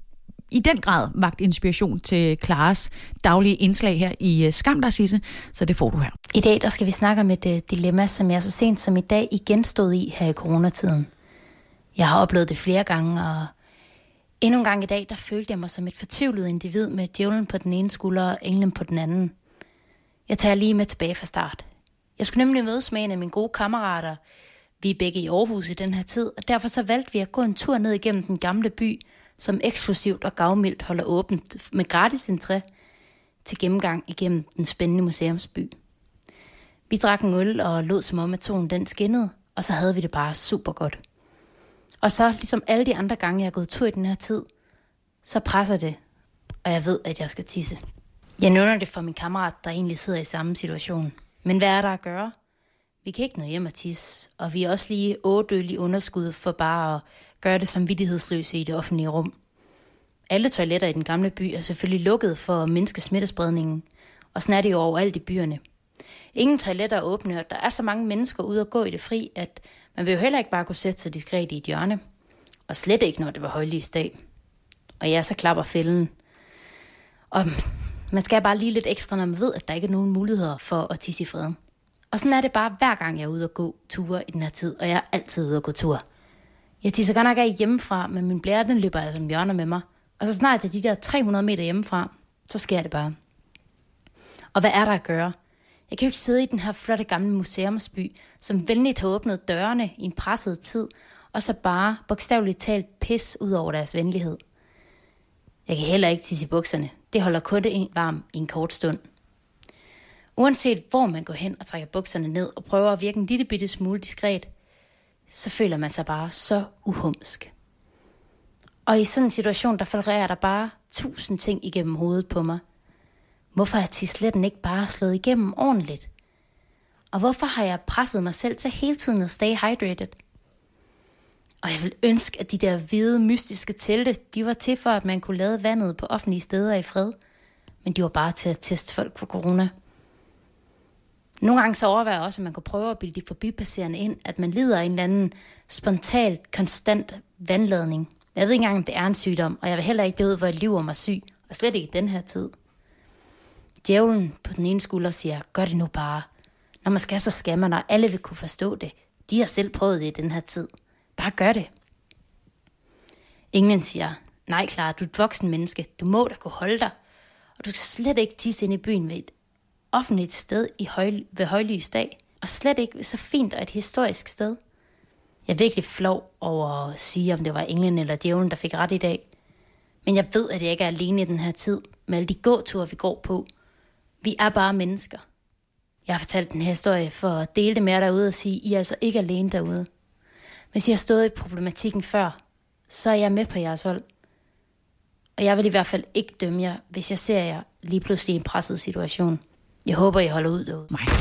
i den grad vagt inspiration til Claras daglige indslag her i øh, Skam dig, Sisse, så det får du her. I dag der skal vi snakke om et øh, dilemma, som jeg så sent som i dag igen stod i her i coronatiden. Jeg har oplevet det flere gange, og Endnu en gang i dag, der følte jeg mig som et fortvivlet individ med djævlen på den ene skulder og englen på den anden. Jeg tager lige med tilbage fra start. Jeg skulle nemlig mødes med en af mine gode kammerater. Vi er begge i Aarhus i den her tid, og derfor så valgte vi at gå en tur ned igennem den gamle by, som eksklusivt og gavmildt holder åbent med gratis entré til gennemgang igennem den spændende museumsby. Vi drak en øl og lod som om, at solen den skinnede, og så havde vi det bare super godt. Og så, ligesom alle de andre gange, jeg har gået tur i den her tid, så presser det, og jeg ved, at jeg skal tisse. Jeg nævner det for min kammerat, der egentlig sidder i samme situation. Men hvad er der at gøre? Vi kan ikke nå hjem og tisse, og vi er også lige ådøl i underskud for bare at gøre det samvittighedsløse i det offentlige rum. Alle toiletter i den gamle by er selvfølgelig lukket for at mindske smittespredningen, og sådan er det jo overalt i byerne. Ingen toiletter er åbne, og der er så mange mennesker ude at gå i det fri, at man vil jo heller ikke bare kunne sætte sig diskret i et hjørne. Og slet ikke, når det var højlysdag. Og ja, så klapper fælden. Og man skal bare lige lidt ekstra, når man ved, at der ikke er nogen muligheder for at tisse i fred. Og sådan er det bare hver gang, jeg er ude at gå ture i den her tid, og jeg er altid ude at gå tur. Jeg tisser godt nok af hjemmefra, men min blære, den løber altså hjørner med mig. Og så snart det er de der tre hundrede meter hjemmefra, så sker det bare. Og hvad er der at gøre? Jeg kan jo ikke sidde i den her flotte gamle museumsby, som venligt har åbnet dørene i en presset tid, og så bare bogstaveligt talt pis ud over deres venlighed. Jeg kan heller ikke tisse i bukserne. Det holder kun det varm i en kort stund. Uanset hvor man går hen og trækker bukserne ned og prøver at virke en lille bitte smule diskret, så føler man sig bare så uhumsk. Og i sådan en situation, der florerer der bare tusind ting igennem hovedet på mig. Hvorfor har tisletten ikke bare slået igennem ordentligt? Og hvorfor har jeg presset mig selv til hele tiden at stay hydrated? Og jeg vil ønske, at de der hvide, mystiske telte, de var til for, at man kunne lade vandet på offentlige steder i fred. Men de var bare til at teste folk for corona. Nogle gange så overvejer jeg også, at man kunne prøve at bilde de forbipasserende ind, at man lider af en eller anden spontant, konstant vandladning. Jeg ved ikke engang, om det er en sygdom, og jeg vil heller ikke det ud, hvor jeg lyver mig syg, og slet ikke i den her tid. Djævlen på den ene skulder siger, gør det nu bare. Når man skal, så skal man, og alle vil kunne forstå det. De har selv prøvet det i den her tid. Bare gør det. Englen siger, nej Clara, du er et voksen menneske. Du må da kunne holde dig. Og du skal slet ikke tisse ind i byen ved et offentligt sted i høj, ved højlys dag. Og slet ikke ved så fint og et historisk sted. Jeg er virkelig flov over at sige, om det var englen eller djævlen, der fik ret i dag. Men jeg ved, at jeg ikke er alene i den her tid med alle de gåture, vi går på. Vi er bare mennesker. Jeg har fortalt den her historie for at dele det med jer derude og sige, I er altså ikke alene derude. Hvis I har stået i problematikken før, så er jeg med på jeres hold. Og jeg vil i hvert fald ikke dømme jer, hvis jeg ser jer lige pludselig i en presset situation. Jeg håber, I holder ud derude. Nej.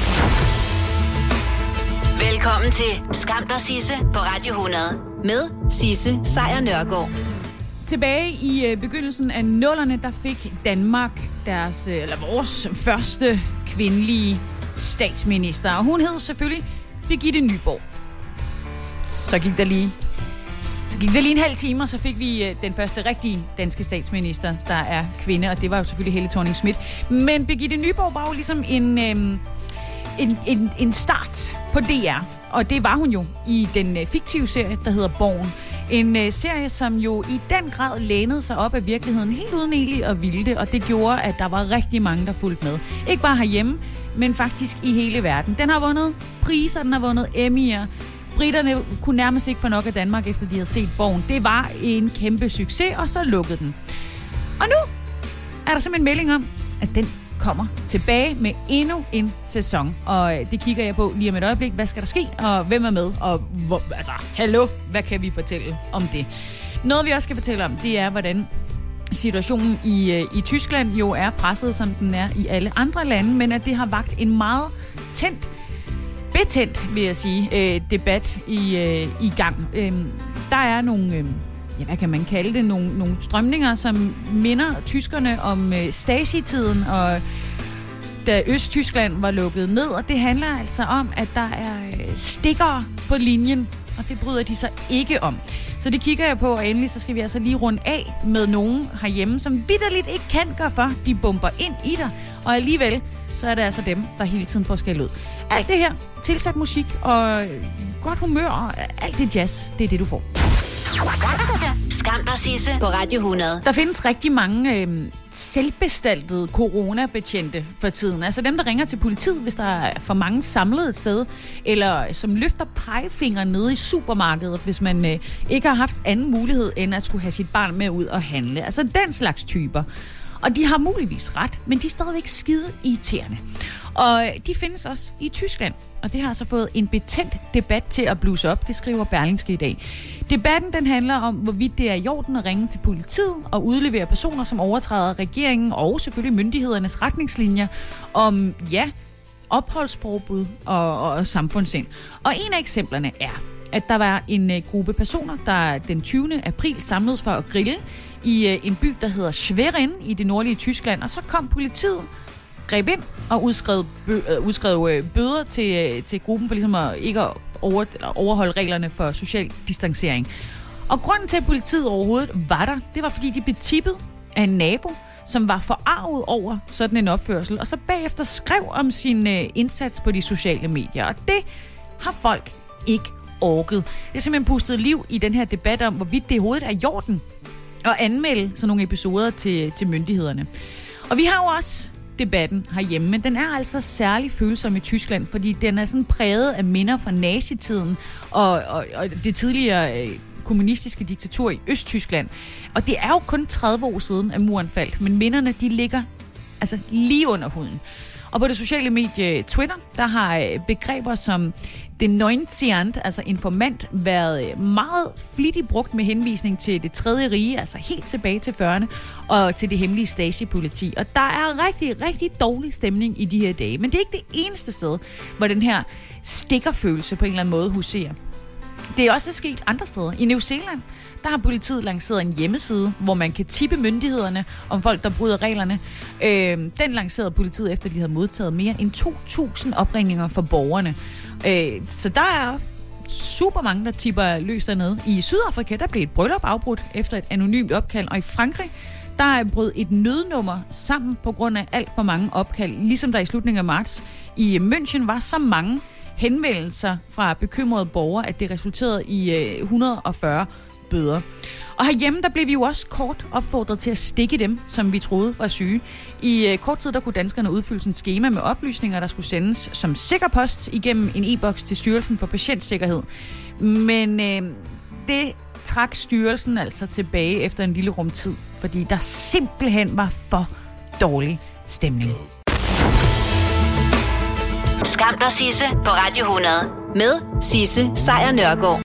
Velkommen til Skam dig Sisse på Radio hundrede med Sisse Sejr Nørgaard. Tilbage i øh, begyndelsen af nullerne, der fik Danmark deres, øh, eller vores første kvindelige statsminister. Og hun hed selvfølgelig Birgitte Nyborg. Så gik der lige, så gik der lige en halv time, og så fik vi øh, den første rigtige danske statsminister, der er kvinde. Og det var jo selvfølgelig Helle Thorning-Schmidt. Men Birgitte Nyborg var jo ligesom en, øh, en, en, en start på D R. Og det var hun jo i den øh, fiktive serie, der hedder Borgen. En øh, serie, som jo i den grad lænede sig op af virkeligheden, helt uden egentlig at ville det, og det gjorde, at der var rigtig mange, der fulgte med. Ikke bare herhjemme, men faktisk i hele verden. Den har vundet priser, den har vundet Emmy'er. Briterne kunne nærmest ikke få nok af Danmark, efter de havde set Borgen. Det var en kæmpe succes, og så lukkede den. Og nu er der simpelthen en melding om, at den kommer tilbage med endnu en sæson. Og det kigger jeg på lige om et øjeblik. Hvad skal der ske, og hvem er med? Og hvor, altså, hallo, hvad kan vi fortælle om det? Noget vi også skal fortælle om, det er, hvordan situationen i, i Tyskland jo er presset, som den er i alle andre lande, men at det har vakt en meget tændt, betændt, vil jeg sige, øh, debat i, øh, i gang. Øh, der er nogle... Øh, Ja, hvad kan man kalde det? Nogle, nogle strømninger, som minder tyskerne om øh, Stasi-tiden, og da Øst-Tyskland var lukket ned. Og det handler altså om, at der er øh, stikkere på linjen, og det bryder de sig ikke om. Så det kigger jeg på, og endelig så skal vi altså lige runde af med nogen herhjemme, som vitterligt ikke kan gøre for. De bomber ind i dig, og alligevel så er det altså dem, der hele tiden får skæld ud. Alt det her, tilsat musik og godt humør og alt det jazz, det er det, du får. Skam dig, Sisse, på Radio hundrede. Der findes rigtig mange øh, selvbestaltede coronabetjente for tiden. Altså dem, der ringer til politiet, hvis der er for mange samlet et sted, eller som løfter pegefingre nede i supermarkedet, hvis man øh, ikke har haft anden mulighed, end at skulle have sit barn med ud og handle. Altså den slags typer. Og de har muligvis ret, men de er stadigvæk skide irriterende. Og de findes også i Tyskland, og det har altså fået en betændt debat til at blusse op, det skriver Berlingske i dag. Debatten den handler om, hvorvidt det er i orden at ringe til politiet og udlevere personer, som overtræder regeringen og selvfølgelig myndighedernes retningslinjer om, ja, opholdsforbud og, og samfundssind. Og en af eksemplerne er, at der var en uh, gruppe personer, der den tyvende april samledes for at grille i uh, en by, der hedder Schwerin i det nordlige Tyskland, og så kom politiet, greb ind og udskrev, bø- øh, udskrev øh, bøder til, øh, til gruppen for ligesom at ikke at over, eller overholde reglerne for social distancering. Og grunden til, at politiet overhovedet var der, det var fordi, de blev tippet af en nabo, som var forarvet over sådan en opførsel, og så bagefter skrev om sin øh, indsats på de sociale medier. Og det har folk ikke orket. Det er simpelthen pustet liv i den her debat om, hvorvidt det i hovedet er i orden at anmelde sådan nogle episoder til, til myndighederne. Og vi har jo også debatten herhjemme, men den er altså særlig følsom i Tyskland, fordi den er sådan præget af minder fra nazitiden og, og, og det tidligere øh, kommunistiske diktatur i Østtyskland. Og det er jo kun tredive år siden, at muren faldt, men minderne, de ligger altså lige under huden. Og på det sociale medie Twitter, der har begreber som Denunziant, altså informant, været meget flittigt brugt med henvisning til det tredje rige, altså helt tilbage til fyrrerne, og til det hemmelige Stasi-politi. Og der er rigtig, rigtig dårlig stemning i de her dage. Men det er ikke det eneste sted, hvor den her stikkerfølelse på en eller anden måde huserer. Det er også sket andre steder. I New Zealand, der har politiet lanceret en hjemmeside, hvor man kan tippe myndighederne om folk, der bryder reglerne. Øh, den lancerede politiet, efter de havde modtaget mere end to tusind opringninger fra borgerne. Øh, så der er super mange, der tipper løs dernede. I Sydafrika, der blev et bryllup afbrudt efter et anonymt opkald, og i Frankrig, der er brød et nødnummer sammen på grund af alt for mange opkald. Ligesom der i slutningen af marts i München var så mange henvendelser fra bekymrede borgere, at det resulterede i øh, et hundrede og fyrre bøder. Og herhjemme, der blev vi jo også kort opfordret til at stikke dem, som vi troede var syge. I øh, kort tid, der kunne danskerne udfylde sådan et skema med oplysninger, der skulle sendes som sikker post igennem en e-boks til Styrelsen for Patientsikkerhed. Men øh, det trak styrelsen altså tilbage efter en lille rumtid, fordi der simpelthen var for dårlig stemning. Skam dig, Sisse, på Radio hundrede. Med Sisse Sejr Nørgaard.